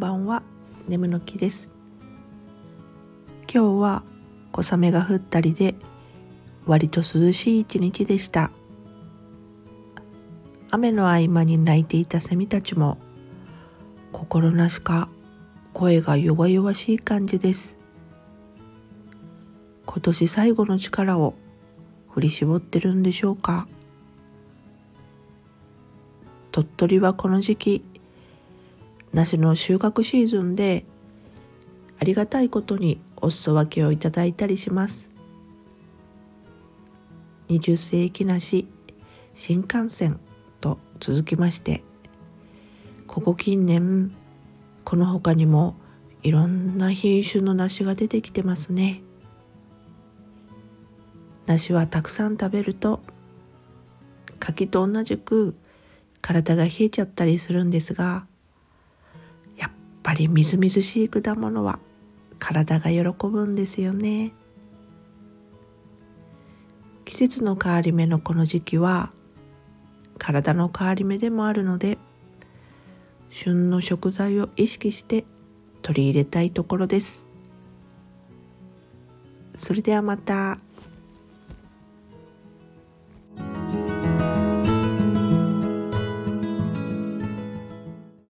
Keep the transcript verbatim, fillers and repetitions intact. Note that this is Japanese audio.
ばんは、ねむの木です。今日は小雨が降ったりで割と涼しい一日でした。雨の合間に鳴いていたセミたちも心なしか声が弱々しい感じです。今年最後の力を振り絞ってるんでしょうか。鳥取はこの時期梨の収穫シーズンで、ありがたいことにお裾分けをいただいたりします。にじゅっ世紀梨新幹線と続きまして、ここ近年この他にもいろんな品種の梨が出てきてますね。梨はたくさん食べると柿と同じく体が冷えちゃったりするんですが、やっぱりみずみずしい果物は体が喜ぶんですよね。季節の変わり目のこの時期は体の変わり目でもあるので、旬の食材を意識して取り入れたいところです。それではまた。